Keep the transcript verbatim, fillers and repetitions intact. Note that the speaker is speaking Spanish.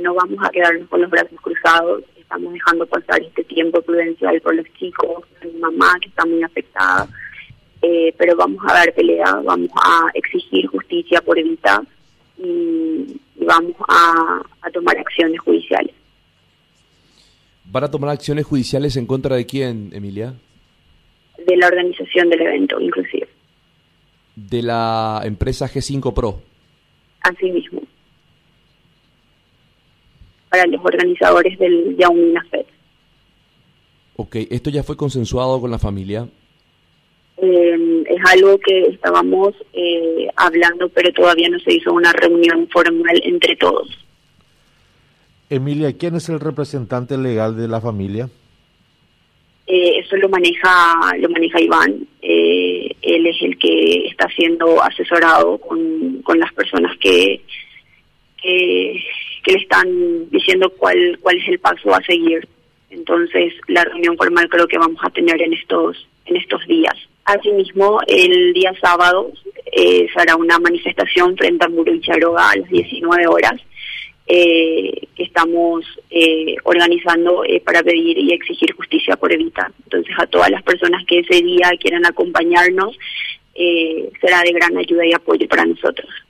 no vamos a quedarnos con los brazos cruzados. Estamos dejando pasar este tiempo prudencial por los chicos, por mi mamá que está muy afectada, eh, pero vamos a dar pelea, vamos a exigir justicia por Evita y, y vamos a, a tomar acciones judiciales. ¿Van a tomar acciones judiciales en contra de quién, Emilia? De la organización del evento, inclusive. De la empresa G cinco Pro. Así mismo. Para los organizadores del Yaumina Fest. Ok, ¿esto ya fue consensuado con la familia? Eh, es algo que estábamos eh, hablando, pero todavía no se hizo una reunión formal entre todos. Emilia, ¿quién es el representante legal de la familia? Eh, eso lo maneja lo maneja Iván. Eh, él es el que está siendo asesorado con, con las personas que, que que le están diciendo cuál cuál es el paso a seguir. Entonces, la reunión formal creo que vamos a tener en estos en estos días. Asimismo, el día sábado eh, se hará una manifestación frente a Muro y Charoga a las diecinueve horas. Eh, que estamos eh, organizando eh, para pedir y exigir justicia por Evita. Entonces, a todas las personas que ese día quieran acompañarnos, eh, será de gran ayuda y apoyo para nosotros.